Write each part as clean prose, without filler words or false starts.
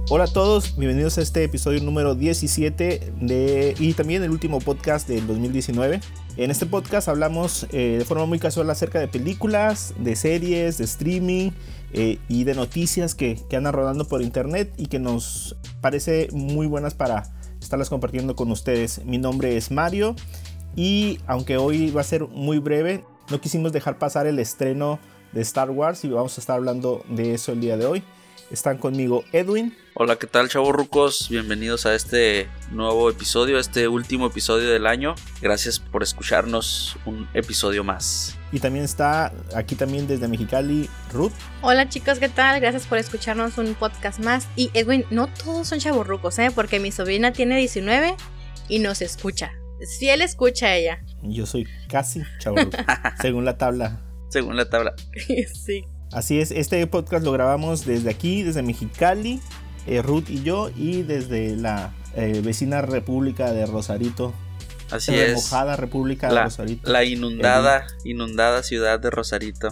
Hola a todos, bienvenidos a este episodio número 17 y también el último podcast del 2019. En este podcast hablamos de forma muy casual acerca de películas, de series, de streaming y de noticias que andan rodando por internet y que nos parece muy buenas para estarlas compartiendo con ustedes. Mi nombre es Mario y aunque hoy va a ser muy breve, no quisimos dejar pasar el estreno de Star Wars y vamos a estar hablando de eso el día de hoy. Están conmigo Edwin. Hola, ¿qué tal, chavorrucos? Bienvenidos a este nuevo episodio, este último episodio del año. Gracias por escucharnos un episodio más. Y también está aquí también desde Mexicali, Ruth. Hola chicos, ¿qué tal? Gracias por escucharnos un podcast más. Y Edwin, no todos son chavorrucos, porque mi sobrina tiene 19 y nos escucha. Es fiel escucha ella. Yo soy casi chavorruco, según la tabla. Según la tabla. Sí. Así es, este podcast lo grabamos desde aquí, desde Mexicali, Ruth y yo, y desde la vecina República de Rosarito. Así la es. Remojada República de Rosarito. La inundada ciudad de Rosarito.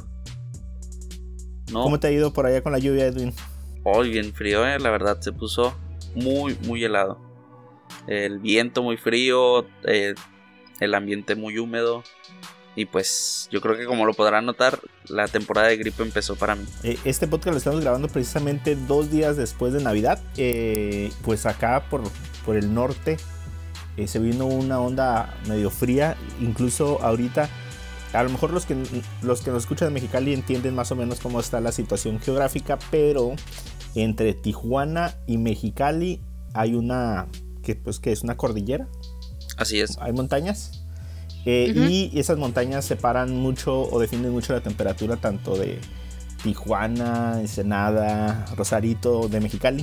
¿No? ¿Cómo te ha ido por allá con la lluvia, Edwin? Hoy bien frío, la verdad, se puso muy helado. El viento muy frío, el ambiente muy húmedo. Y pues yo creo que como lo podrán notar, la temporada de gripe empezó para mí. Este podcast lo estamos grabando precisamente 2 días después de Navidad. Pues acá por el norte se vino una onda medio fría. Incluso ahorita, a lo mejor los que nos escuchan de Mexicali entienden más o menos cómo está la situación geográfica. Pero entre Tijuana y Mexicali hay una, que es una cordillera. Así es. Hay montañas. Y esas montañas separan mucho o definen mucho la temperatura tanto de Tijuana, Ensenada, Rosarito, de Mexicali.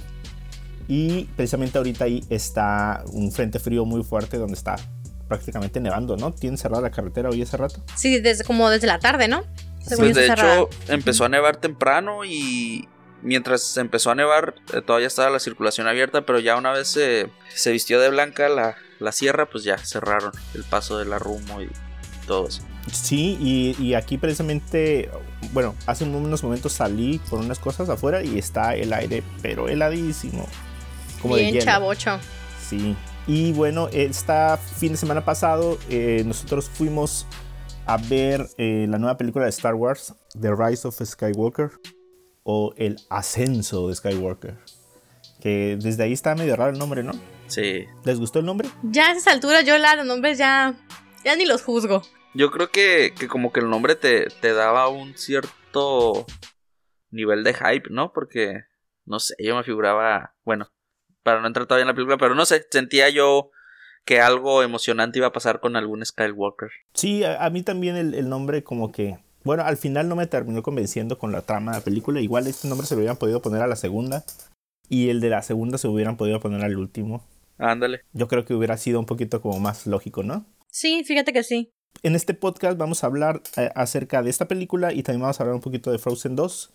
Y precisamente ahorita ahí está un frente frío muy fuerte donde está prácticamente nevando, ¿no? ¿Tienen cerrada la carretera hoy hace rato? Sí, desde la tarde, ¿no? Pues de hecho empezó a nevar temprano y mientras empezó a nevar todavía estaba la circulación abierta, pero ya una vez se vistió de blanca la sierra, pues ya cerraron el paso de la Rumo y todo eso. Sí, y aquí precisamente, bueno, hace unos momentos salí por unas cosas afuera y está el aire, pero heladísimo, como bien de hielo. Chavocho. Sí, y bueno, este fin de semana pasado nosotros fuimos a ver la nueva película de Star Wars, The Rise of Skywalker, o El Ascenso de Skywalker, que desde ahí está medio raro el nombre, ¿no? Sí. ¿Les gustó el nombre? Ya a esas alturas yo los nombres ya ni los juzgo. Yo creo que como que el nombre te daba un cierto nivel de hype, ¿no? Porque, no sé, yo me figuraba, bueno, para no entrar todavía en la película, pero no sé, sentía yo que algo emocionante iba a pasar con algún Skywalker. Sí, a mí también el nombre como que, bueno, al final no me terminó convenciendo con la trama de la película. Igual este nombre se lo hubieran podido poner a la segunda y el de la segunda se hubieran podido poner al último. Ándale. Yo creo que hubiera sido un poquito como más lógico, ¿no? Sí, fíjate que sí. En este podcast vamos a hablar acerca de esta película y también vamos a hablar un poquito de Frozen 2,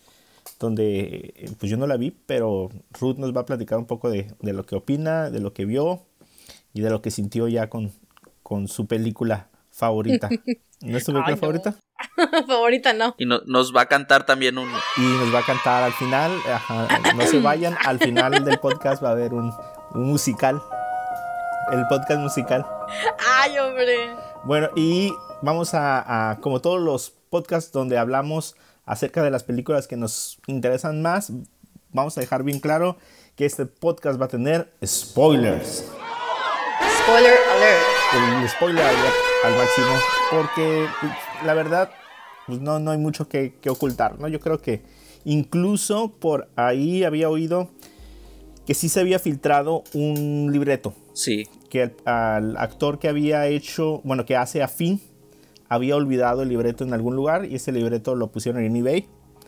donde pues yo no la vi, pero Ruth nos va a platicar un poco de lo que opina, de lo que vio y de lo que sintió ya con su película favorita. ¿No es tu película favorita? Favorita no. Y nos va a cantar también un... Y nos va a cantar al final, no se vayan, al final del podcast va a haber un musical, el podcast musical. ¡Ay, hombre! Bueno, y vamos a como todos los podcasts donde hablamos acerca de las películas que nos interesan más, vamos a dejar bien claro que este podcast va a tener spoilers. Spoiler alert. El spoiler alert al máximo, porque la verdad pues no hay mucho que ocultar, ¿no? Yo creo que incluso por ahí había oído que sí se había filtrado un libreto. Sí. Que al actor que había hecho, bueno, que hace a Finn, había olvidado el libreto en algún lugar y ese libreto lo pusieron en eBay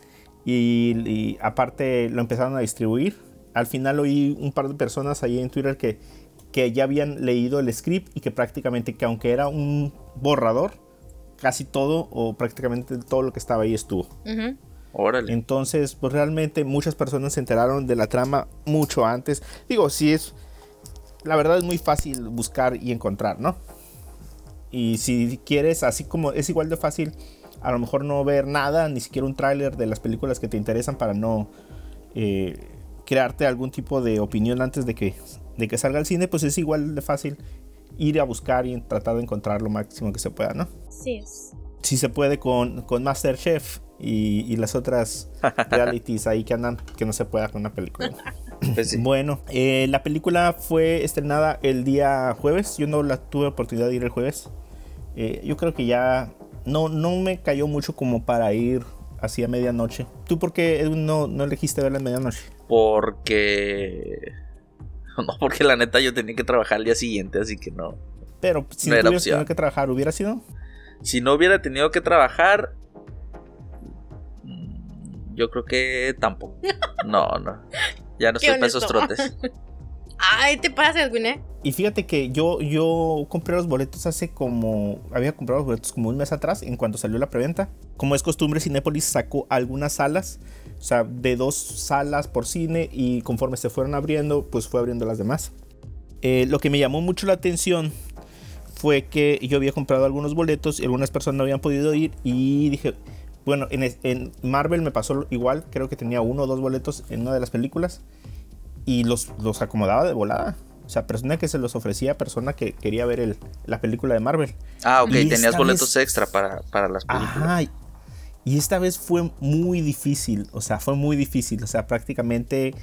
y aparte lo empezaron a distribuir. Al final oí un par de personas ahí en Twitter que ya habían leído el script y que prácticamente, que aunque era un borrador, casi todo o prácticamente todo lo que estaba ahí estuvo. Uh-huh. Órale. Entonces, pues realmente muchas personas se enteraron de la trama mucho antes. Digo, sí es... La verdad es muy fácil buscar y encontrar, ¿no? Y si quieres, así como es igual de fácil, a lo mejor no ver nada, ni siquiera un tráiler de las películas que te interesan para no... que crearte algún tipo de opinión antes de que salga al cine, pues es igual de fácil ir a buscar y tratar de encontrar lo máximo que se pueda, ¿no? Sí es. Si se puede con MasterChef y las otras realities ahí que andan, que no se pueda con una película. Pues sí. Bueno, la película fue estrenada el día jueves. Yo no la tuve oportunidad de ir el jueves. Yo creo que ya no me cayó mucho como para ir así a medianoche. ¿Tú por qué, Edwin, no elegiste verla a medianoche? Porque la neta yo tenía que trabajar al día siguiente, así que no. Pero si no no era hubieras opción. tenido que trabajar, ¿hubiera sido? Si no hubiera tenido que trabajar, yo creo que tampoco. No. Ya no Qué estoy para esos honesto. trotes. Ay, te pasa, Edwin, ¿eh? Y fíjate que yo compré los boletos había comprado los boletos como un mes atrás, en cuanto salió la preventa. Como es costumbre, Cinépolis sacó algunas salas, o sea, de 2 salas por cine, y conforme se fueron abriendo, pues fue abriendo las demás. Lo que me llamó mucho la atención fue que yo había comprado algunos boletos y algunas personas no habían podido ir, y dije, bueno, en Marvel me pasó igual, creo que tenía 1 o 2 boletos en una de las películas y los acomodaba de volada. O sea, persona que se los ofrecía, persona que quería ver la película de Marvel. Ah, ok, Y tenías esta boletos vez, extra para las películas. ajá, y esta vez fue muy difícil. O sea, prácticamente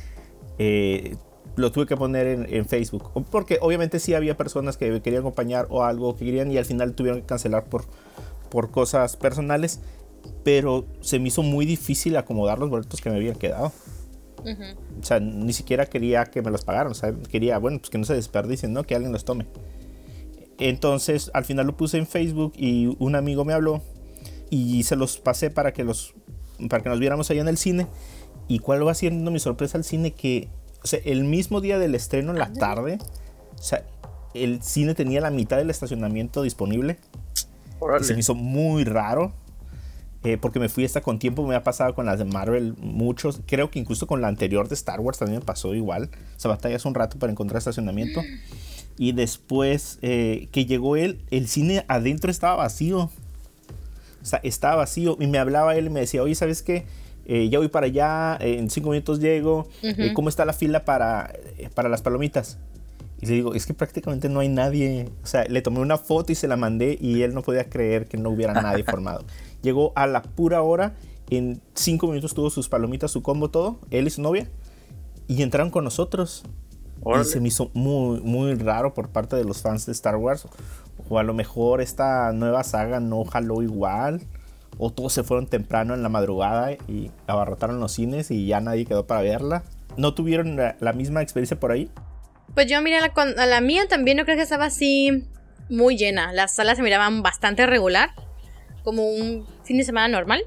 lo tuve que poner en Facebook. Porque obviamente sí había personas que me querían acompañar o algo que querían, y al final tuvieron que cancelar por cosas personales. Pero se me hizo muy difícil acomodar los boletos que me habían quedado. O sea, ni siquiera quería que me los pagaran. O sea, quería, bueno, pues que no se desperdicien, ¿no? Que alguien los tome. Entonces, al final lo puse en Facebook y un amigo me habló y se los pasé para que nos viéramos allá en el cine. ¿Y cuál va siendo mi sorpresa al cine? Que, o sea, el mismo día del estreno, en la tarde, o sea, el cine tenía la mitad del estacionamiento disponible. Órale. Y se me hizo muy raro. Porque me fui hasta con tiempo. Me ha pasado con las de Marvel muchos. Creo que incluso con la anterior de Star Wars también me pasó igual. O sea, batallas un rato para encontrar estacionamiento. Y después que llegó el cine adentro estaba vacío. O sea, estaba vacío. Y me hablaba él y me decía, oye, ¿sabes qué? Ya voy para allá, en 5 minutos llego. ¿Cómo está la fila para las palomitas? Y le digo, es que prácticamente no hay nadie. O sea, le tomé una foto y se la mandé y él no podía creer que no hubiera nadie formado. Llegó a la pura hora, en 5 minutos tuvo sus palomitas, su combo, todo, él y su novia, y entraron con nosotros. Órale. Y se me hizo muy, muy raro por parte de los fans de Star Wars. O a lo mejor esta nueva saga no jaló igual, o todos se fueron temprano en la madrugada y abarrotaron los cines y ya nadie quedó para verla. ¿No tuvieron la misma experiencia por ahí? Pues yo miré a la mía también, no creo que estaba así muy llena. Las salas se miraban bastante regular, como un fin de semana normal.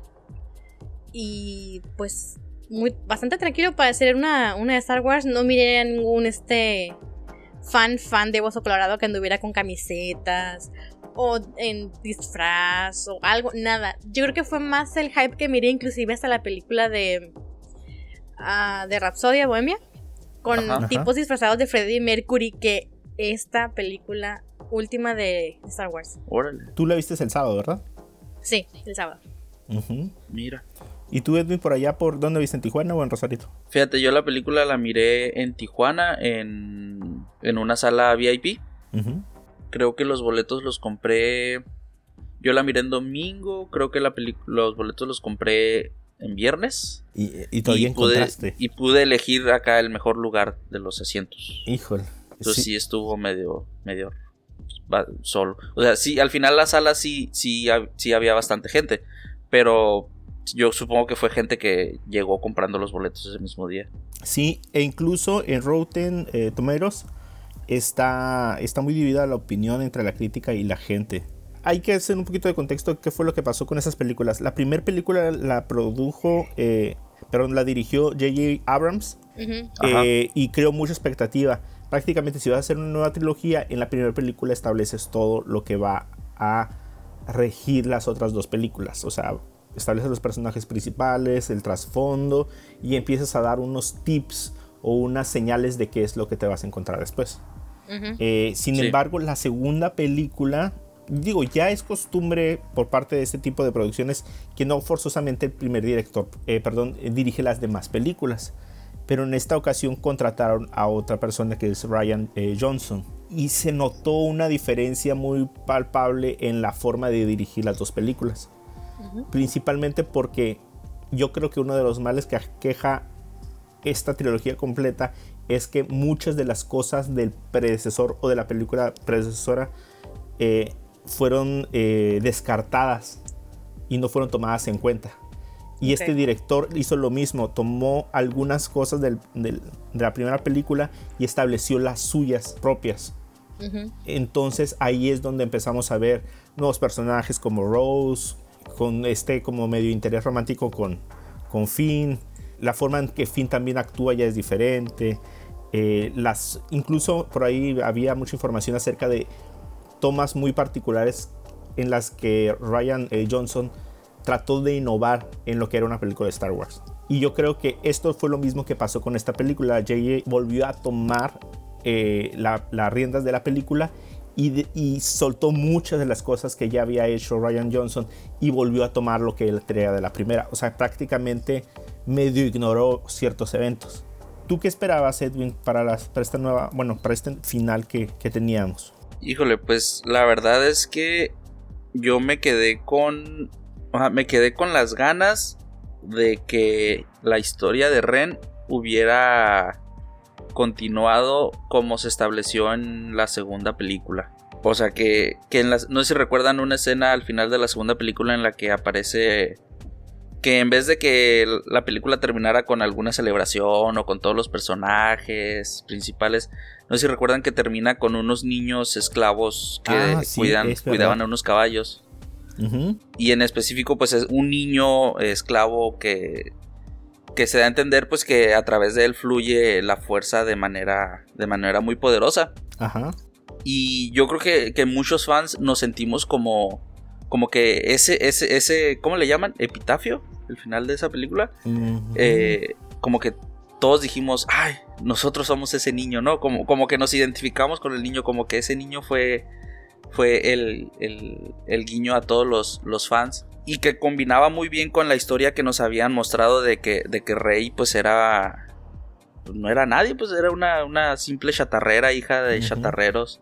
Y pues bastante tranquilo para ser una de Star Wars. No miré a ningún fan de Hueso Colorado que anduviera con camisetas o en disfraz o algo, nada. Yo creo que fue más el hype que miré inclusive hasta la película de Rhapsodia Bohemia, con tipos disfrazados de Freddie Mercury, que esta película última de Star Wars. Órale. Tú la viste el sábado, ¿verdad? Sí, el sábado. Mira. ¿Y tú, Edwin, por allá, por dónde viste, en Tijuana o en Rosarito? Fíjate, yo la película la miré en Tijuana, en una sala VIP. Creo que los boletos los compré. Yo la miré en domingo. Creo que los boletos los compré en viernes. Y todavía encontraste. Y pude elegir acá el mejor lugar de los asientos. Híjole. Entonces sí estuvo medio solo. O sea, sí, al final la sala sí había bastante gente. Pero yo supongo que fue gente que llegó comprando los boletos ese mismo día. Sí, e incluso en Rotten Tomatoes está muy dividida la opinión entre la crítica y la gente. Hay que hacer un poquito de contexto de qué fue lo que pasó con esas películas. La primera película la dirigió J.J. Abrams y creó mucha expectativa. Prácticamente, si vas a hacer una nueva trilogía, en la primera película estableces todo lo que va a regir las otras 2 películas. O sea, estableces los personajes principales, el trasfondo, y empiezas a dar unos tips o unas señales de qué es lo que te vas a encontrar después. Sin embargo, la segunda película, digo, ya es costumbre por parte de este tipo de producciones que no forzosamente el primer director dirige las demás películas. pero en esta ocasión contrataron a otra persona que es Rian Johnson. Y se notó una diferencia muy palpable en la forma de dirigir las dos películas. Principalmente porque yo creo que uno de los males que aqueja esta trilogía completa es que muchas de las cosas del predecesor o de la película predecesora fueron descartadas y no fueron tomadas en cuenta. Y este director hizo lo mismo, tomó algunas cosas de la primera película y estableció las suyas propias. Entonces ahí es donde empezamos a ver nuevos personajes como Rose, con como medio interés romántico con Finn. La forma en que Finn también actúa ya es diferente. Incluso por ahí había mucha información acerca de tomas muy particulares en las que Rian Johnson trató de innovar en lo que era una película de Star Wars. Y yo creo que esto fue lo mismo que pasó con esta película. J.J. volvió a tomar las riendas de la película y soltó muchas de las cosas que ya había hecho Rian Johnson y volvió a tomar lo que él traía de la primera. O sea, prácticamente medio ignoró ciertos eventos. ¿Tú qué esperabas, Edwin, para esta nueva, para este final que teníamos? Híjole, pues la verdad es que yo me quedé con las ganas de que la historia de Ren hubiera continuado como se estableció en la segunda película. O sea que no sé si recuerdan una escena al final de la segunda película en la que aparece que en vez de que la película terminara con alguna celebración o con todos los personajes principales, no sé si recuerdan que termina con unos niños esclavos que cuidaban a unos caballos. Y en específico pues es un niño esclavo que se da a entender pues que a través de él fluye la fuerza de manera muy poderosa. Y yo creo que muchos fans nos sentimos como que ese ¿cómo le llaman? Epitafio, el final de esa película. Como que todos dijimos, ay, nosotros somos ese niño, ¿no? Como que nos identificamos con el niño, como que ese niño fue el guiño a todos los fans. Y que combinaba muy bien con la historia que nos habían mostrado de que Rey pues no era nadie, pues era una simple chatarrera, hija de chatarreros.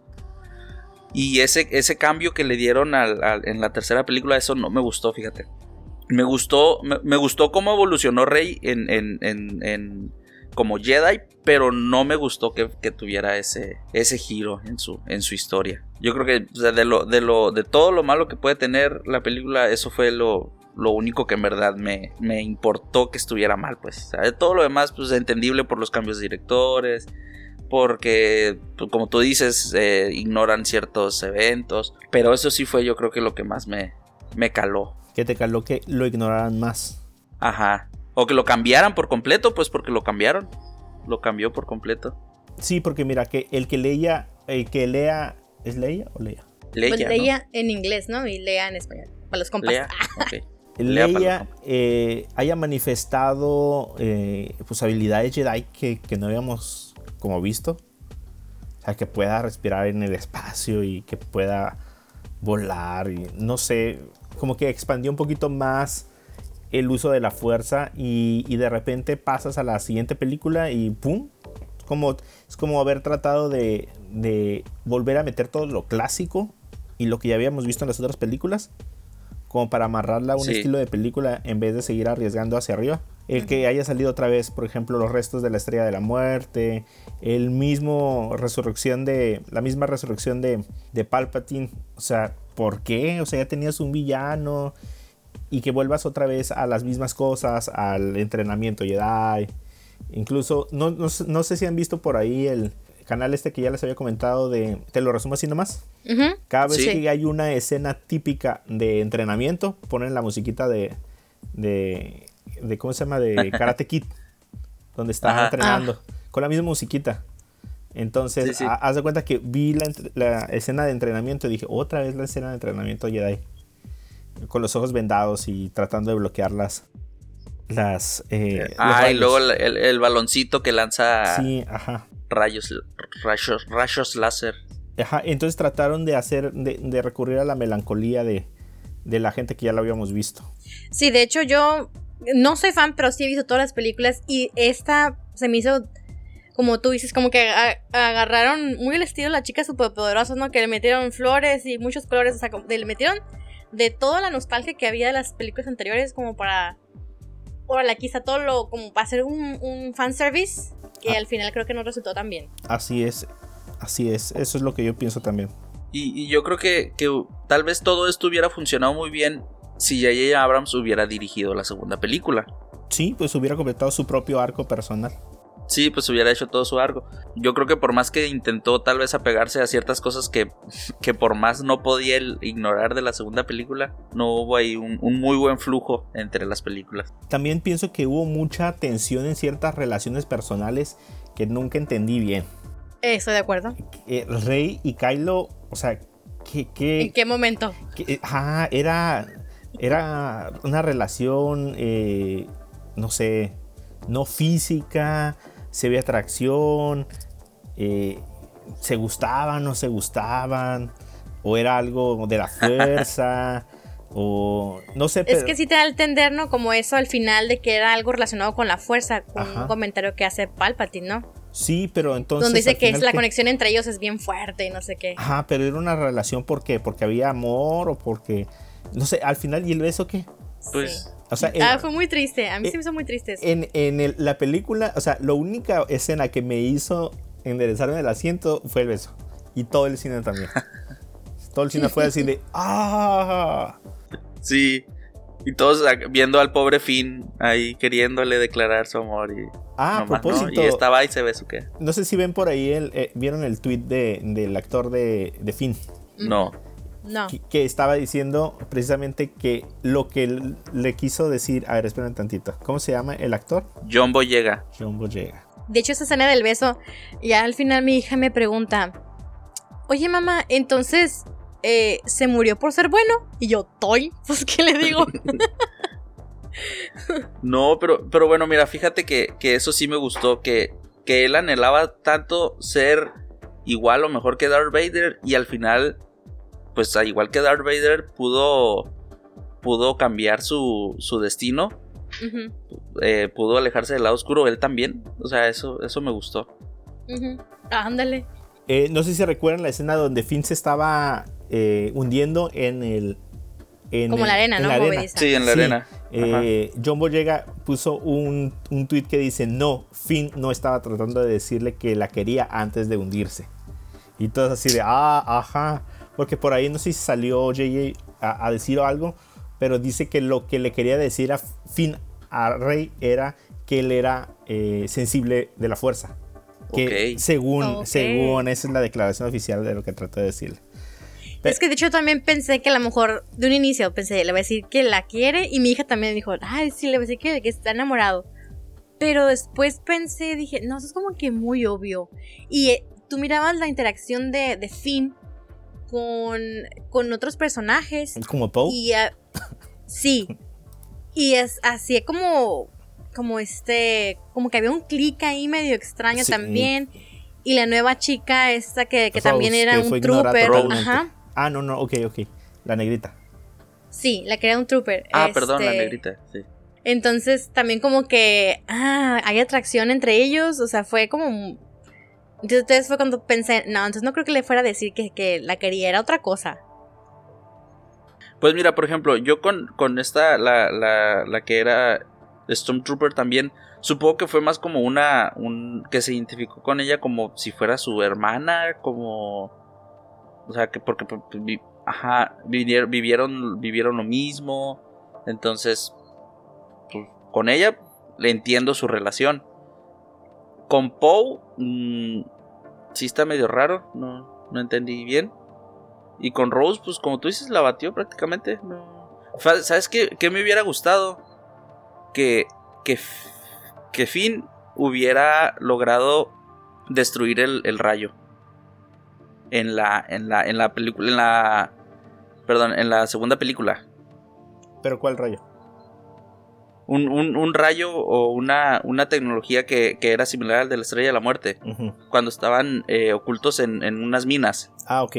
Y ese cambio que le dieron en la tercera película, eso no me gustó, fíjate. Me gustó cómo evolucionó Rey en como Jedi, pero no me gustó que tuviera ese giro en su historia. Yo creo que, o sea, de todo lo malo que puede tener la película, eso fue lo único que en verdad me importó que estuviera mal, pues. O sea, de todo lo demás, pues, entendible por los cambios de directores, porque, pues, como tú dices, ignoran ciertos eventos, pero eso sí fue, yo creo que lo que más me caló. ¿Qué te caló que lo ignoraran más? Ajá. O que lo cambiaran por completo, pues porque lo cambiaron. Lo cambió por completo. Sí, porque mira, que el que lea, ¿es Leia o Leia? Leia, pues Leia, ¿no? En inglés, ¿no? Y Leia en español. Para los compas. Leia, okay. Leia haya manifestado pues habilidades Jedi que no habíamos como visto. O sea, que pueda respirar en el espacio y que pueda volar y no sé, como que expandió un poquito más el uso de la fuerza y de repente pasas a la siguiente película y ¡pum! Es como haber tratado de volver a meter todo lo clásico y lo que ya habíamos visto en las otras películas, como para amarrarla a un estilo de película en vez de seguir arriesgando hacia arriba. El que haya salido otra vez, por ejemplo, los restos de la Estrella de la Muerte, la misma resurrección de Palpatine. O sea, ¿por qué? O sea, ya tenías un villano y que vuelvas otra vez a las mismas cosas, al entrenamiento Jedi. Incluso, no sé si han visto por ahí el canal que ya les había comentado te lo resumo así nomás. Cada vez que hay una escena típica de entrenamiento, ponen la musiquita de ¿cómo se llama? De Karate Kid, donde están entrenando, con la misma musiquita. Entonces, haz de cuenta que vi la escena de entrenamiento y dije, otra vez la escena de entrenamiento Jedi, con los ojos vendados y tratando de bloquear los y luego el baloncito que lanza rayos láser. Entonces trataron de recurrir a la melancolía de la gente que ya lo habíamos visto. Sí, de hecho yo no soy fan, pero sí he visto todas las películas y esta Se me hizo, como tú dices, como que agarraron muy el estilo de las chicas superpoderosas, ¿no? Que le metieron flores y muchos colores, o sea, le metieron de toda la nostalgia que había de las películas anteriores, como para, órale, aquí está todo lo, como para hacer un fanservice, que al final creo que no resultó tan bien. Así es, eso es lo que yo pienso también. Y yo creo que tal vez todo esto hubiera funcionado muy bien si J.J. Abrams hubiera dirigido la segunda película. Sí, pues hubiera completado su propio arco personal. Sí, pues hubiera hecho todo su arco. Yo creo que por más que intentó tal vez apegarse a ciertas cosas que por más no podía ignorar de la segunda película, no hubo ahí un muy buen flujo entre las películas. También pienso que hubo mucha tensión en ciertas relaciones personales que nunca entendí bien. Estoy de acuerdo. Rey y Kylo, o sea, ¿en qué momento? Era una relación, no sé, no física, se ve atracción, se gustaban, no se gustaban, o era algo de la fuerza, o no sé. Es que sí te da a entender, ¿no? Como eso al final de que era algo relacionado con la fuerza, con un comentario que hace Palpatine, ¿no? Sí, pero entonces... Donde dice que la conexión entre ellos es bien fuerte y no sé qué. Ajá, pero era una relación ¿por qué? Porque había amor o porque... No sé, al final, ¿y el beso qué? Pues... Sí. O sea, fue muy triste, a mí se me hizo muy triste eso. La película, o sea, la única escena que me hizo enderezarme del asiento fue el beso. Y todo el cine también. Todo el cine fue así de... ¡Ah! Sí, y todos viendo al pobre Finn ahí queriéndole declarar su amor y... a propósito, ¿no? Y estaba ahí, se ve su qué. No sé si ven por ahí, vieron el tweet del actor de Finn. No. Que estaba diciendo precisamente que lo que le quiso decir... A ver, esperen tantito. ¿Cómo se llama el actor? John Boyega. De hecho, esa escena del beso, ya al final mi hija me pregunta, oye mamá, entonces... ¿se murió por ser bueno? Y yo, ¿toy? Pues, ¿qué le digo? No, pero bueno, mira, fíjate que eso sí me gustó, que él anhelaba tanto ser igual o mejor que Darth Vader, y al final, pues igual que Darth Vader, pudo cambiar su destino. Uh-huh. Pudo alejarse del lado oscuro, él también. O sea, eso me gustó. Uh-huh. Ándale. No sé si recuerdan la escena donde Finn se estaba hundiendo como la arena, ¿no? La arena. Sí, en la arena. John Boyega puso un tweet que dice: no, Finn no estaba tratando de decirle que la quería antes de hundirse. Y todos así de, ajá. Porque por ahí no sé si salió J.J. a decir algo, pero dice que lo que le quería decir a Finn, a Rey, era que él era sensible de la fuerza. Que según esa es la declaración oficial de lo que trató de decirle. Es que de hecho también pensé que a lo mejor de un inicio pensé, le voy a decir que la quiere, y mi hija también dijo, ay, sí, le voy a decir que está enamorado. Pero después pensé, dije, no, eso es como que muy obvio. Y tú mirabas la interacción de Finn con otros personajes. ¿Como Poe? Y sí. Y es así como que había un clic ahí medio extraño, sí, también. Y la nueva chica esta que también era un trooper. Ajá. No, ok. La negrita. Sí, la que era un trooper. Perdón, la negrita, sí. Entonces también como que hay atracción entre ellos, o sea, fue como... Entonces fue cuando pensé, no, entonces no creo que le fuera a decir que la quería, era otra cosa. Pues mira, por ejemplo, yo con esta, la que era Stormtrooper también, supongo que fue más como que se identificó con ella como si fuera su hermana, como... O sea, que porque vivieron lo mismo. Entonces, pues, con ella le entiendo su relación. Con Poe, sí está medio raro, no entendí bien. Y con Rose, pues como tú dices, la batió prácticamente. No. ¿Sabes qué me hubiera gustado? Que Finn hubiera logrado destruir el rayo. En la película, en la segunda película. ¿Pero cuál rayo? Un rayo o una tecnología que era similar al de la Estrella de la Muerte. Uh-huh. Cuando estaban ocultos en unas minas. Ok.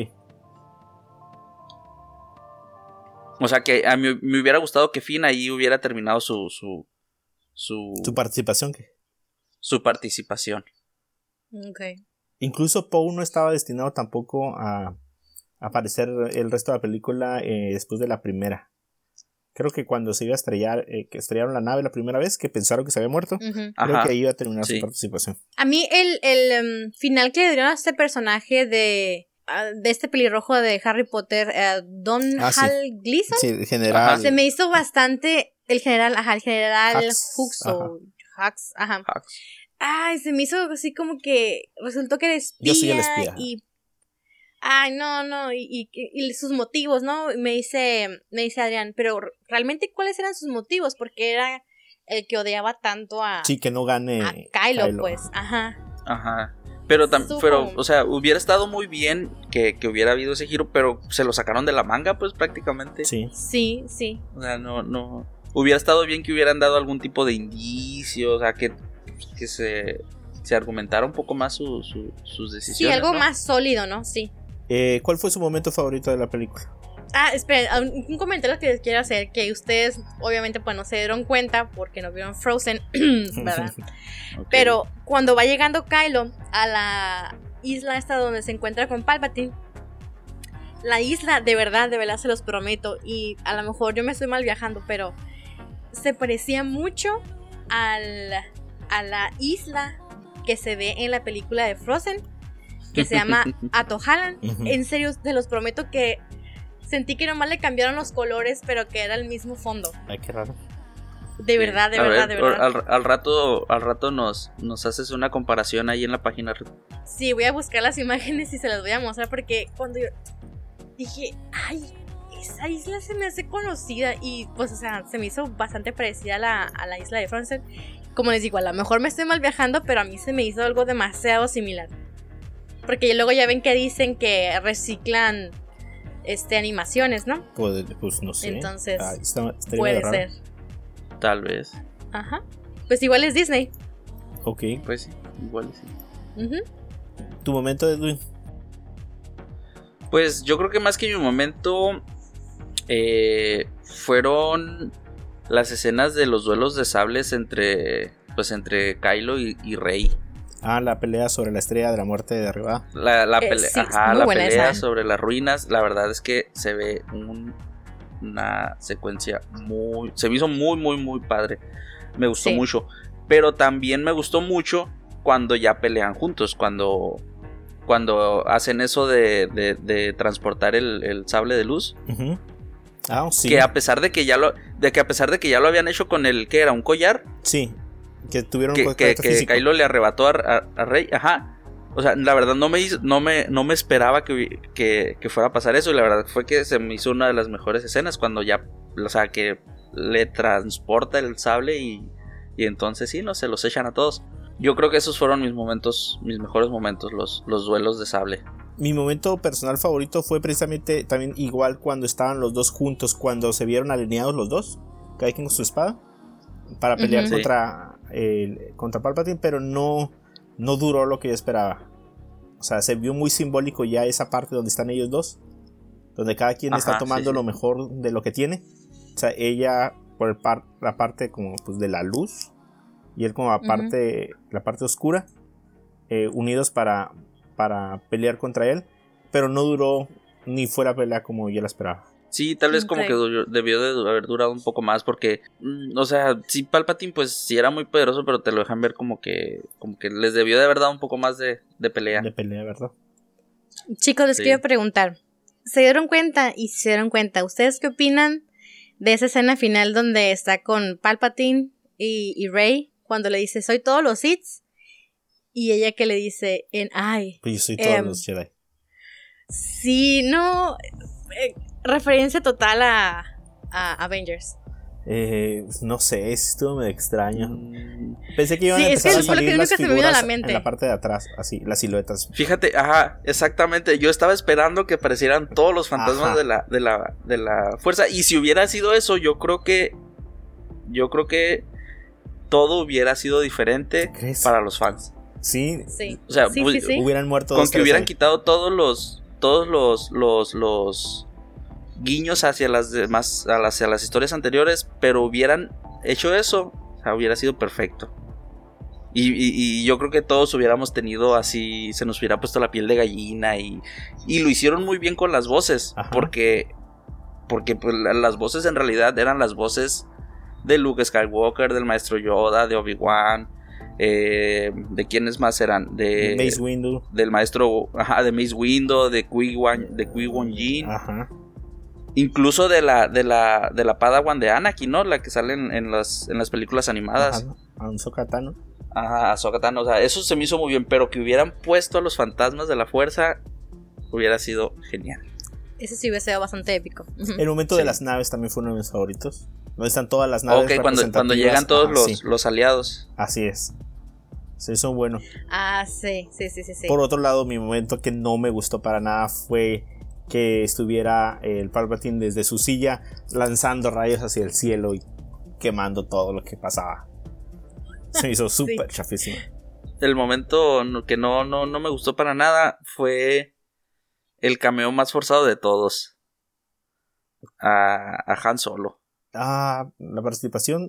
O sea que a mí me hubiera gustado que Finn ahí hubiera terminado su participación. ¿Qué? su participación. Okay. Incluso Poe no estaba destinado tampoco a aparecer el resto de la película después de la primera. Creo que cuando se iba a estrellar, que estrellaron la nave la primera vez, que pensaron que se había muerto, creo que ahí iba a terminar su participación. A mí el final que le dieron a este personaje de este pelirrojo de Harry Potter, Don Hal Gleason, sí, el general. Se me hizo bastante el general Hux o Hux, Ay, se me hizo así como que resultó que era espía. Yo soy el espía. Ay, no, y sus motivos, ¿no? Me dice Adrián, pero realmente ¿cuáles eran sus motivos? Porque era el que odiaba tanto a... Sí, que no gane a Kylo, pues, ajá. Pero, o sea, hubiera estado muy bien que hubiera habido ese giro, pero se lo sacaron de la manga, pues, prácticamente. Sí. O sea, no... Hubiera estado bien que hubieran dado algún tipo de indicio, o sea, que se argumentara un poco más sus decisiones. Sí, algo ¿no? más sólido, ¿no? Sí. ¿Cuál fue su momento favorito de la película? Esperen, un comentario que les quiero hacer, que ustedes obviamente pues no se dieron cuenta porque no vieron Frozen, ¿verdad? Okay. Pero cuando va llegando Kylo a la isla esta donde se encuentra con Palpatine, la isla de verdad se los prometo, y a lo mejor yo me estoy mal viajando, pero se parecía mucho a la isla que se ve en la película de Frozen, que se llama Atohalan. En serio, te los prometo que sentí que nomás le cambiaron los colores, pero que era el mismo fondo. Ay, qué raro. De verdad. Al rato nos haces una comparación ahí en la página. Sí, voy a buscar las imágenes y se las voy a mostrar, porque cuando yo dije, ay, esa isla se me hace conocida, y pues, o sea, se me hizo bastante parecida a la isla de Frozen. Como les digo, a lo mejor me estoy mal viajando, pero a mí se me hizo algo demasiado similar. Porque luego ya ven que dicen que reciclan animaciones, ¿no? Pues no sé. Entonces, puede ser. Tal vez. Ajá. Pues igual es Disney. Ok. Pues sí, igual sí. ¿Tu momento, Edwin? Pues yo creo que más que mi momento fueron las escenas de los duelos de sables entre Kylo y Rey. La pelea sobre la estrella de la muerte de arriba. La pelea esa. sobre las ruinas. La verdad es que se ve una secuencia se me hizo muy, muy, muy padre. Me gustó mucho. Pero también me gustó mucho cuando ya pelean juntos. Cuando hacen eso de transportar el sable de luz. Sí. Que a pesar de que ya lo habían hecho con el, ¿qué era? ¿Un collar? Sí. Que tuvieron que Kylo le arrebató a Rey. Ajá. O sea, la verdad no me esperaba que fuera a pasar eso. Y la verdad fue que se me hizo una de las mejores escenas, cuando ya, o sea, que le transporta el sable y entonces sí, no, se los echan a todos. Yo creo que esos fueron mis mejores momentos, los duelos de sable. Mi momento personal favorito fue precisamente también igual cuando estaban los dos juntos, cuando se vieron alineados los dos, cada quien con su espada, para pelear contra Palpatine, pero no duró lo que yo esperaba. O sea, se vio muy simbólico ya esa parte donde están ellos dos, donde cada quien está tomando lo mejor de lo que tiene. O sea, ella por la parte como pues de la luz, y él como la parte oscura, unidos para pelear contra él, pero no duró ni fuera pelea como yo la esperaba. Sí, tal vez como que debió de haber durado un poco más, porque, o sea, sí, Palpatine pues sí era muy poderoso, pero te lo dejan ver como que les debió de haber dado un poco más de pelea. De pelea, ¿verdad? Chicos, les quiero preguntar, ¿se dieron cuenta? Y si se dieron cuenta, ¿ustedes qué opinan de esa escena final donde está con Palpatine y Rey, cuando le dice, soy todos los Sith? Y ella que le dice, pues yo soy todos los Jedi. Sí, no... referencia total a Avengers. No sé, estuvo medio extraño. Pensé que iban a empezar a salir las figuras en la parte de atrás, así, las siluetas. Fíjate, exactamente. Yo estaba esperando que aparecieran todos los fantasmas de la fuerza. Y si hubiera sido eso, yo creo que todo hubiera sido diferente para los fans. Sí. O sea, hubieran muerto con que hubieran quitado todos los guiños hacia las demás, hacia las historias anteriores, pero hubieran hecho eso, o sea, hubiera sido perfecto. Y yo creo que todos hubiéramos tenido así, se nos hubiera puesto la piel de gallina y lo hicieron muy bien con las voces. Ajá. Porque pues, las voces en realidad eran las voces de Luke Skywalker, del maestro Yoda, de Obi-Wan, de quiénes más eran, de Mace Windu, del maestro, ajá, de Mace Windu, de Qui-Gon Jinn, ajá. Incluso de la Padawan de Anakin, ¿no? La que sale en las películas animadas. Ahsoka Tano. Ajá, Ahsoka Tano, o sea, eso se me hizo muy bien, pero que hubieran puesto a los fantasmas de la fuerza hubiera sido genial. Ese sí hubiese sido bastante épico. El momento de las naves también fue uno de mis favoritos. Donde están todas las naves. Ok, cuando llegan todos los aliados. Así es. Sí, son buenos. Ah, sí. Por otro lado, mi momento que no me gustó para nada fue que estuviera el Palpatine desde su silla lanzando rayos hacia el cielo y quemando todo lo que pasaba. Se me hizo súper chafísimo. El momento que no me gustó para nada fue el cameo más forzado de todos. A Han Solo. La participación.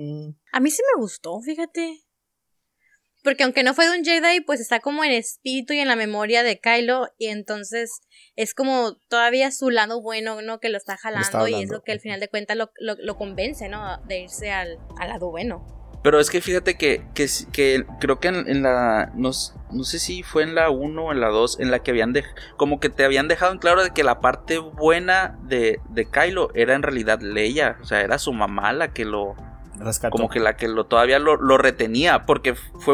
A mí sí me gustó, fíjate. Porque aunque no fue de un Jedi, pues está como en espíritu y en la memoria de Kylo. Y entonces es como todavía su lado bueno, ¿no? Que lo está jalando. Y es lo que al final de cuentas lo convence, ¿no? De irse al lado bueno. Pero es que fíjate que creo que en la... No sé si fue en la 1 o en la 2, en la que como que te habían dejado en claro de que la parte buena de Kylo era en realidad Leia. O sea, era su mamá la que lo... rescató. Como que la que todavía lo retenía. Porque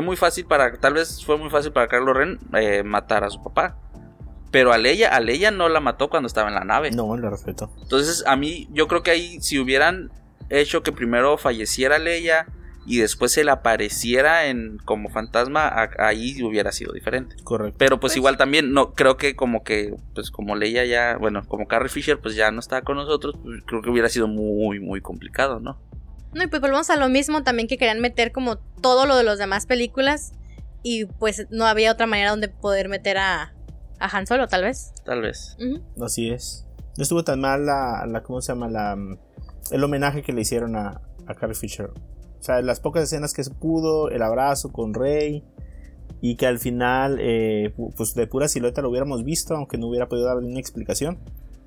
tal vez fue muy fácil para Kylo Ren matar a su papá. Pero a Leia no la mató cuando estaba en la nave. No, la respetó. Entonces a mí, yo creo que ahí si hubieran hecho que primero falleciera Leia y después se le apareciera como fantasma, ahí hubiera sido diferente. Correcto. Pero pues igual también, no creo que como Leia ya, bueno, como Carrie Fisher pues ya no estaba con nosotros, pues creo que hubiera sido muy, muy complicado, ¿no? No, y pues volvemos a lo mismo también, que querían meter como todo lo de las demás películas y pues no había otra manera donde poder meter a Han Solo, tal vez. Tal vez. Uh-huh. Así es. No estuvo tan mal ¿cómo se llama? El homenaje que le hicieron a Carrie Fisher. O sea, las pocas escenas que se pudo, el abrazo con Rey, y que al final, pues de pura silueta lo hubiéramos visto, aunque no hubiera podido dar una explicación.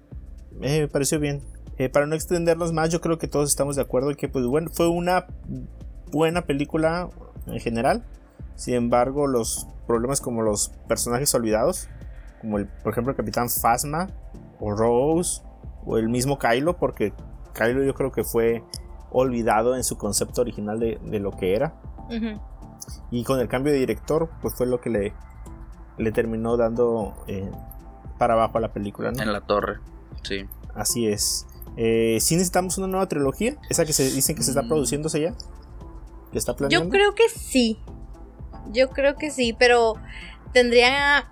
Me pareció bien. Para no extendernos más, yo creo que todos estamos de acuerdo en que pues, bueno, fue una buena película en general. Sin embargo, los problemas como los personajes olvidados, como por ejemplo el Capitán Phasma, o Rose, o el mismo Kylo, porque Kylo yo creo que fue olvidado en su concepto original de lo que era. Uh-huh. Y con el cambio de director pues fue lo que le terminó dando para abajo a la película, ¿no? En la torre, sí. Así es. ¿Sí necesitamos una nueva trilogía? ¿Esa que se dicen que se está produciéndose ya? ¿Que está planeando? Yo creo que sí, pero tendría,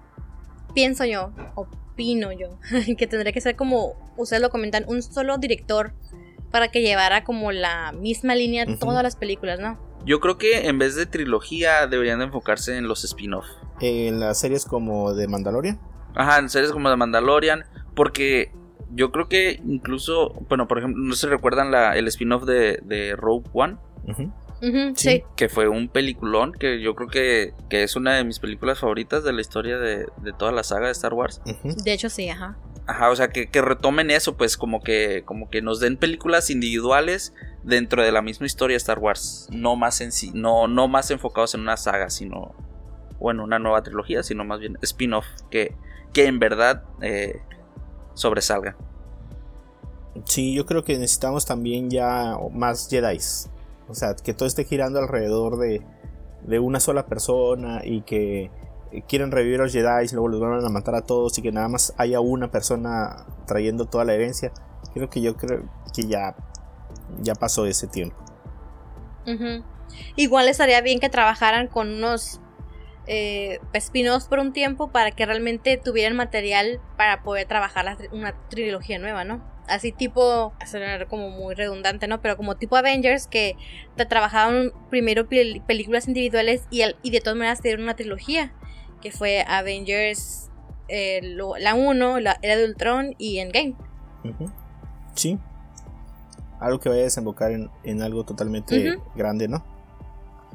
opino yo, que tendría que ser como ustedes lo comentan, un solo director para que llevara como la misma línea todas las películas, ¿no? Yo creo que en vez de trilogía deberían de enfocarse en los spin-off. En las series como de Mandalorian. Ajá, en series como de Mandalorian, porque yo creo que incluso, bueno, por ejemplo, no sé si recuerdan el spin-off de Rogue One. Uh-huh. Uh-huh, sí. Que fue un peliculón, que yo creo que es una de mis películas favoritas de la historia de toda la saga de Star Wars. Uh-huh. De hecho sí, ajá. Ajá, o sea, que retomen eso, pues como que nos den películas individuales dentro de la misma historia de Star Wars. No más no más enfocados en una saga, sino, o en una nueva trilogía, sino más bien spin-off, que en verdad sobresalga. Sí, yo creo que necesitamos también ya más Jedis. O sea, que todo esté girando alrededor de una sola persona y que quieren revivir a los Jedi y luego los van a matar a todos y que nada más haya una persona trayendo toda la herencia. Yo creo que ya pasó ese tiempo. Uh-huh. Igual estaría bien que trabajaran con unos spin-offs por un tiempo para que realmente tuvieran material para poder trabajar una trilogía nueva, ¿no? Así tipo, sonar como muy redundante, ¿no? Pero como tipo Avengers, que te trabajaban primero películas individuales y de todas maneras te dieron una trilogía, que fue Avengers, la 1, la Era de Ultron y Endgame. Uh-huh. Sí. Algo que vaya a desembocar en algo totalmente grande, ¿no?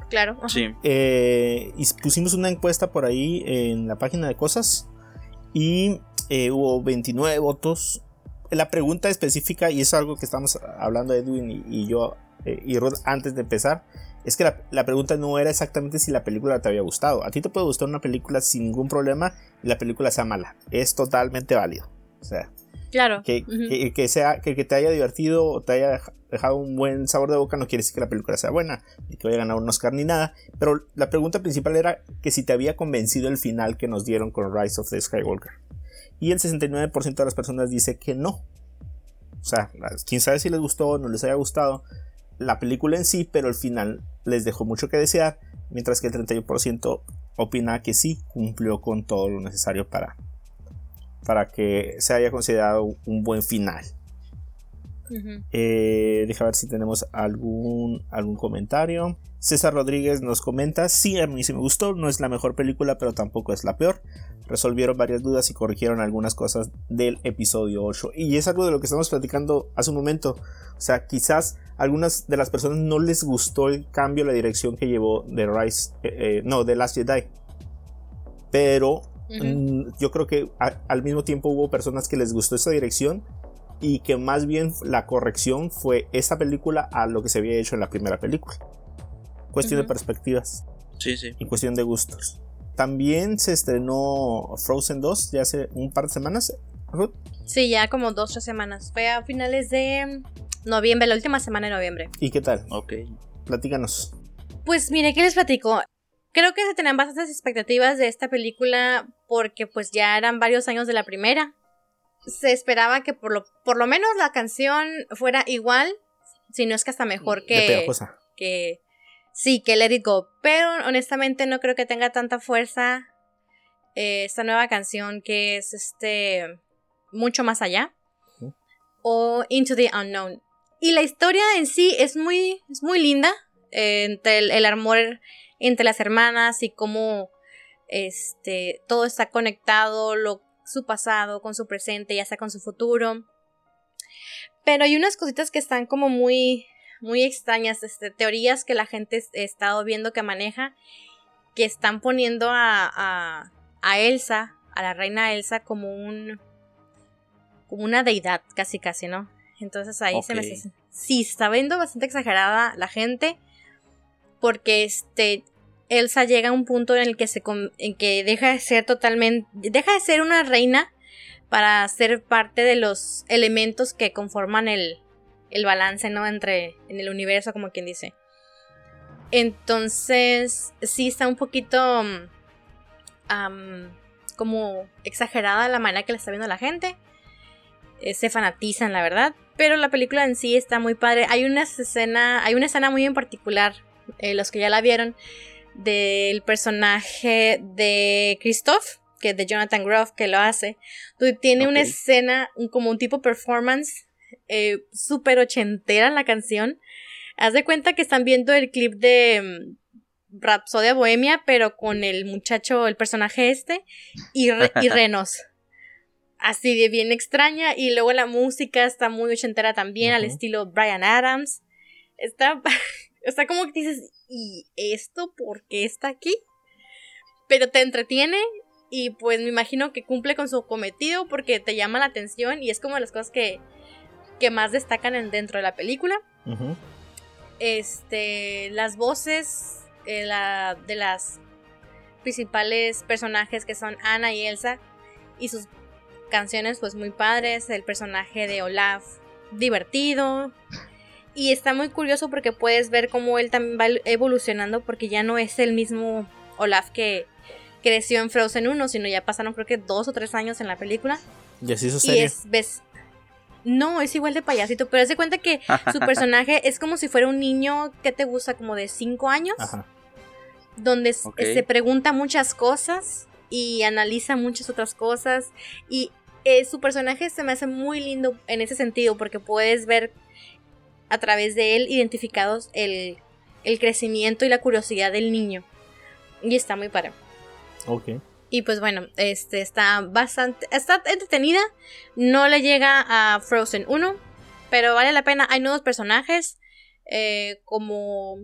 Claro. Ajá. Sí. Y pusimos una encuesta por ahí en la página de cosas y hubo 29 votos. La pregunta específica, y es algo que estamos hablando Edwin y yo y Rod antes de empezar, es que la pregunta no era exactamente si la película te había gustado. A ti te puede gustar una película sin ningún problema y la película sea mala. Es totalmente válido. O sea, Claro. que te haya divertido o te haya dejado un buen sabor de boca no quiere decir que la película sea buena ni que vaya a ganar un Oscar ni nada, pero la pregunta principal era que si te había convencido el final que nos dieron con Rise of the Skywalker, y el 69% de las personas dice que no. O sea, quién sabe si les gustó o no les haya gustado la película en sí, pero el final les dejó mucho que desear, mientras que el 31% opina que sí cumplió con todo lo necesario para que se haya considerado un buen final. Deja ver si tenemos algún comentario. César Rodríguez nos comenta: sí, a mí sí me gustó, no es la mejor película, pero tampoco es la peor. Resolvieron varias dudas y corrigieron algunas cosas del episodio 8. Y es algo de lo que estamos platicando hace un momento. O sea, quizás a algunas de las personas no les gustó el cambio, la dirección que llevó de The Last Jedi. Pero yo creo que al mismo tiempo hubo personas que les gustó esa dirección y que más bien la corrección fue esa película a lo que se había hecho en la primera película. Cuestión de perspectivas. Sí, sí. Y cuestión de gustos. También se estrenó Frozen 2 ya hace un par de semanas, Ruth. Sí, ya como 2 o 3 semanas. Fue a finales de noviembre, la última semana de noviembre. ¿Y qué tal? Ok. Platícanos. Pues mire, ¿qué les platico? Creo que se tenían bastantes expectativas de esta película porque pues ya eran varios años de la primera. Se esperaba que por lo menos la canción fuera igual, si no es que hasta mejor De pegajosa. Sí, que Let It Go. Pero honestamente no creo que tenga tanta fuerza esta nueva canción, que es Mucho Más Allá o Into the Unknown. Y la historia en sí es muy linda, entre el amor entre las hermanas y cómo todo está conectado, su pasado con su presente, ya sea con su futuro. Pero hay unas cositas que están como muy extrañas, teorías que la gente ha estado viendo que maneja, que están poniendo a Elsa, a la reina Elsa, como una deidad, casi, ¿no? Entonces ahí se me hace... Sí, está viendo bastante exagerada la gente, porque Elsa llega a un punto en el que deja de ser una reina para ser parte de los elementos que conforman el balance, ¿no? En el universo, como quien dice. Entonces, sí está un poquito como exagerada la manera que la está viendo la gente. Se fanatizan, la verdad. Pero la película en sí está muy padre. Hay una escena muy en particular, los que ya la vieron, del personaje de Christoph, que es de Jonathan Groff, que lo hace. Tiene una escena, como un tipo performance súper ochentera en la canción. Haz de cuenta que están viendo el clip de Rapsodia Bohemia, pero con el muchacho, el personaje y renos. Así de bien extraña. Y luego la música está muy ochentera también, al estilo Bryan Adams. Está como que dices, ¿y esto por qué está aquí? Pero te entretiene y pues me imagino que cumple con su cometido porque te llama la atención y es como de las cosas que más destacan dentro de la película. Las voces de las principales personajes, que son Anna y Elsa, y sus canciones pues muy padres. El personaje de Olaf, divertido, y está muy curioso porque puedes ver cómo él también va evolucionando, porque ya no es el mismo Olaf que creció en Frozen 1, sino ya pasaron creo que 2 o 3 años en la película. ¿Y así su serie? No, es igual de payasito, pero haz de cuenta que su personaje es como si fuera un niño que te gusta, como de 5 años. Ajá. Donde se pregunta muchas cosas y analiza muchas otras cosas. Y su personaje se me hace muy lindo en ese sentido, porque puedes ver a través de él identificados el crecimiento y la curiosidad del niño. Y está muy padre. Ok. Y pues bueno, está entretenida. No le llega a Frozen 1, pero vale la pena. Hay nuevos personajes, como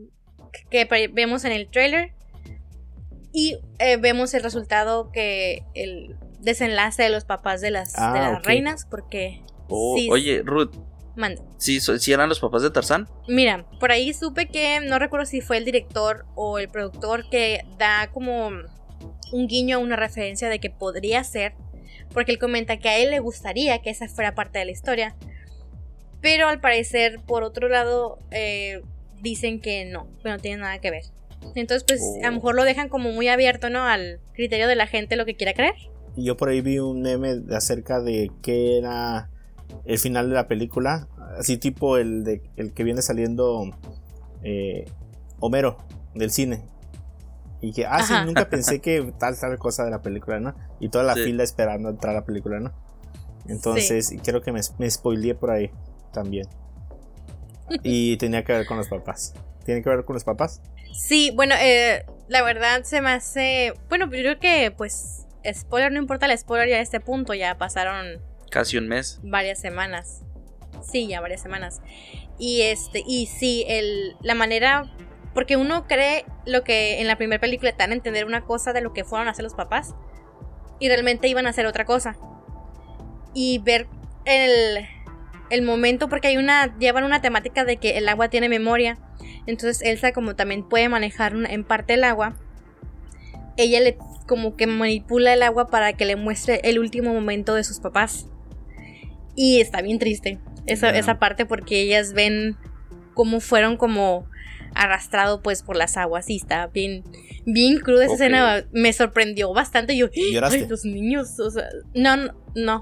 vemos en el trailer. Y vemos el resultado, que el desenlace de los papás de las reinas, porque... sí, oye, Ruth. Manda. ¿Sí eran los papás de Tarzán? Mira, por ahí supe que, no recuerdo si fue el director o el productor, que da como un guiño, una referencia de que podría ser, porque él comenta que a él le gustaría que esa fuera parte de la historia, pero al parecer, por otro lado, dicen que no tiene nada que ver. Entonces, pues, a lo mejor lo dejan como muy abierto, ¿no? Al criterio de la gente, lo que quiera creer. Yo por ahí vi un meme acerca de qué era el final de la película, así tipo el que viene saliendo Homero del cine. Y que, sí, nunca pensé que tal cosa de la película, ¿no? Y toda la fila esperando entrar a la película, ¿no? Entonces, creo que me spoileé por ahí también. Y tenía que ver con los papás. ¿Tiene que ver con los papás? Sí, bueno, la verdad se me hace... Bueno, yo creo que, pues, spoiler, no importa el spoiler ya a este punto, ya pasaron... Casi un mes. Varias semanas. Sí, ya varias semanas. Y sí, la manera... Porque uno cree lo que en la primera película te dan a entender una cosa de lo que fueron a hacer los papás, y realmente iban a hacer otra cosa. Y ver el momento, porque llevan una temática de que el agua tiene memoria. Entonces Elsa, como también puede manejar en parte el agua, ella como que manipula el agua para que le muestre el último momento de sus papás. Y está bien triste esa parte, porque ellas ven cómo fueron como arrastrados pues por las aguas, y está bien cruda esa escena. Me sorprendió bastante. Yo, ¿lloraste? Ay, los niños, o sea, no.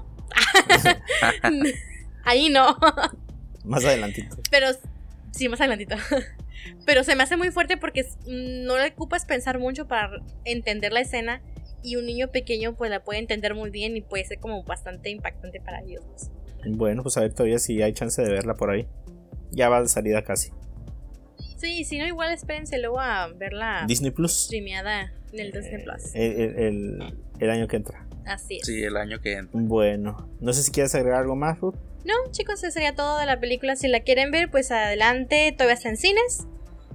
Ahí no. Más adelantito. Pero sí, más adelantito. Pero se me hace muy fuerte porque no le ocupas pensar mucho para entender la escena, y un niño pequeño pues la puede entender muy bien y puede ser como bastante impactante para ellos. Bueno, pues a ver todavía si hay chance de verla por ahí. Ya va de salida casi. Sí, si no, igual espérense luego a verla Disney Plus streameada en el Disney Plus. El año que entra. Así es. Sí, el año que entra. Bueno, no sé si quieres agregar algo más, Ruth. No, chicos, eso sería todo de la película. Si la quieren ver, pues adelante. Todavía está en cines.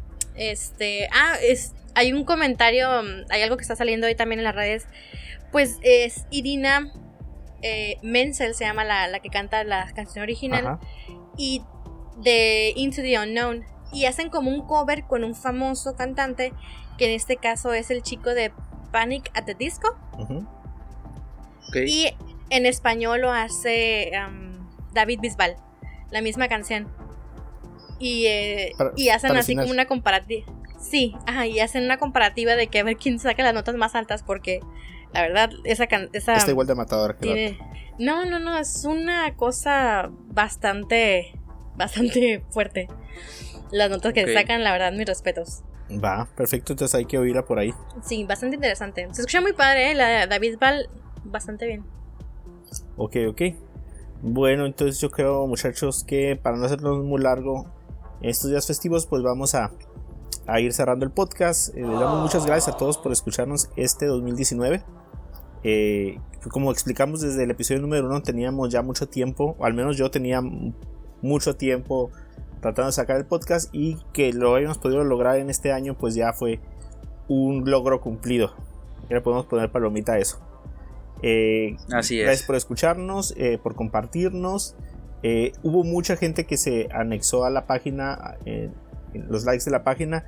Hay un comentario, hay algo que está saliendo hoy también en las redes. Pues es Idina Menzel, se llama la que canta la canción original. Ajá. Y de Into the Unknown. Y hacen como un cover con un famoso cantante, que en este caso es el chico de Panic at the Disco. Uh-huh. Okay. Y en español lo hace David Bisbal, la misma canción. Y hacen así como una comparativa. Sí, y hacen una comparativa de que a ver quién saca las notas más altas, porque la verdad esa está igual de matador que tiene... No, es una cosa bastante fuerte. Las notas que sacan, la verdad, mis respetos. Va, perfecto, entonces hay que oírla por ahí. Sí, bastante interesante. Se escucha muy padre, la de David Bisbal, bastante bien. Ok. Bueno, entonces yo creo, muchachos, que para no hacernos muy largo estos días festivos, pues vamos a ir cerrando el podcast. Les damos muchas gracias a todos por escucharnos este 2019. Como explicamos desde el episodio número 1, teníamos ya mucho tiempo, o al menos yo tenía mucho tiempo tratando de sacar el podcast, y que lo hayamos podido lograr en este año, pues ya fue un logro cumplido. Ya le podemos poner palomita a eso. Así es. Gracias por escucharnos, por compartirnos. Hubo mucha gente que se anexó a la página, los likes de la página,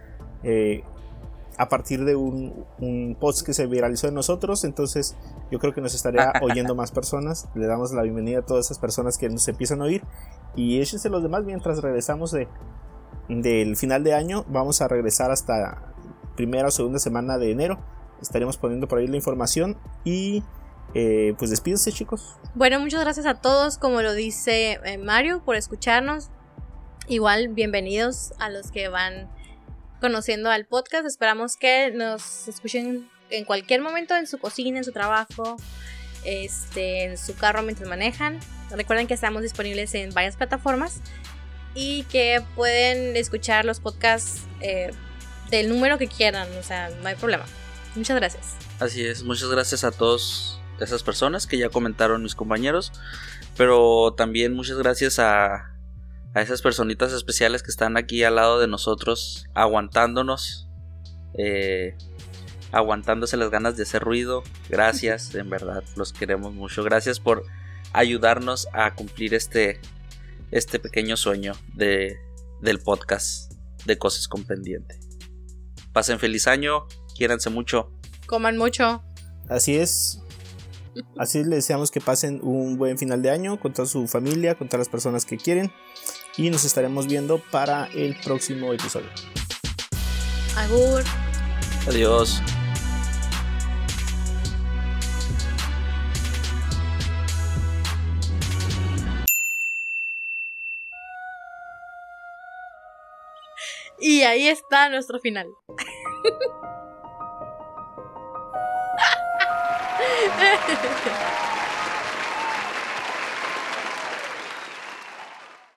a partir de un post que se viralizó de nosotros. Entonces yo creo que nos estaría oyendo más personas. Le damos la bienvenida a todas esas personas que nos empiezan a oír, y échense los demás mientras regresamos del final de año. Vamos a regresar hasta primera o segunda semana de enero. Estaremos poniendo por ahí la información, y pues despídense, chicos. Bueno, muchas gracias a todos, como lo dice Mario, por escucharnos. Igual, bienvenidos a los que van conociendo al podcast. Esperamos que nos escuchen en cualquier momento, en su cocina, en su trabajo, en su carro mientras manejan. Recuerden que estamos disponibles en varias plataformas, y que pueden escuchar los podcasts del número que quieran, o sea, no hay problema. Muchas gracias. Así es, muchas gracias a todas esas personas que ya comentaron mis compañeros, pero también muchas gracias a a esas personitas especiales que están aquí al lado de nosotros, aguantándonos, aguantándose las ganas de hacer ruido. Gracias, en verdad, los queremos mucho. Gracias por ayudarnos a cumplir este pequeño sueño del podcast de Cosas con Pendiente. Pasen feliz año, quiéranse mucho, coman mucho. Así es. Así les deseamos que pasen un buen final de año con toda su familia, con todas las personas que quieren. Y nos estaremos viendo para el próximo episodio. Agur. Adiós. Y ahí está nuestro final.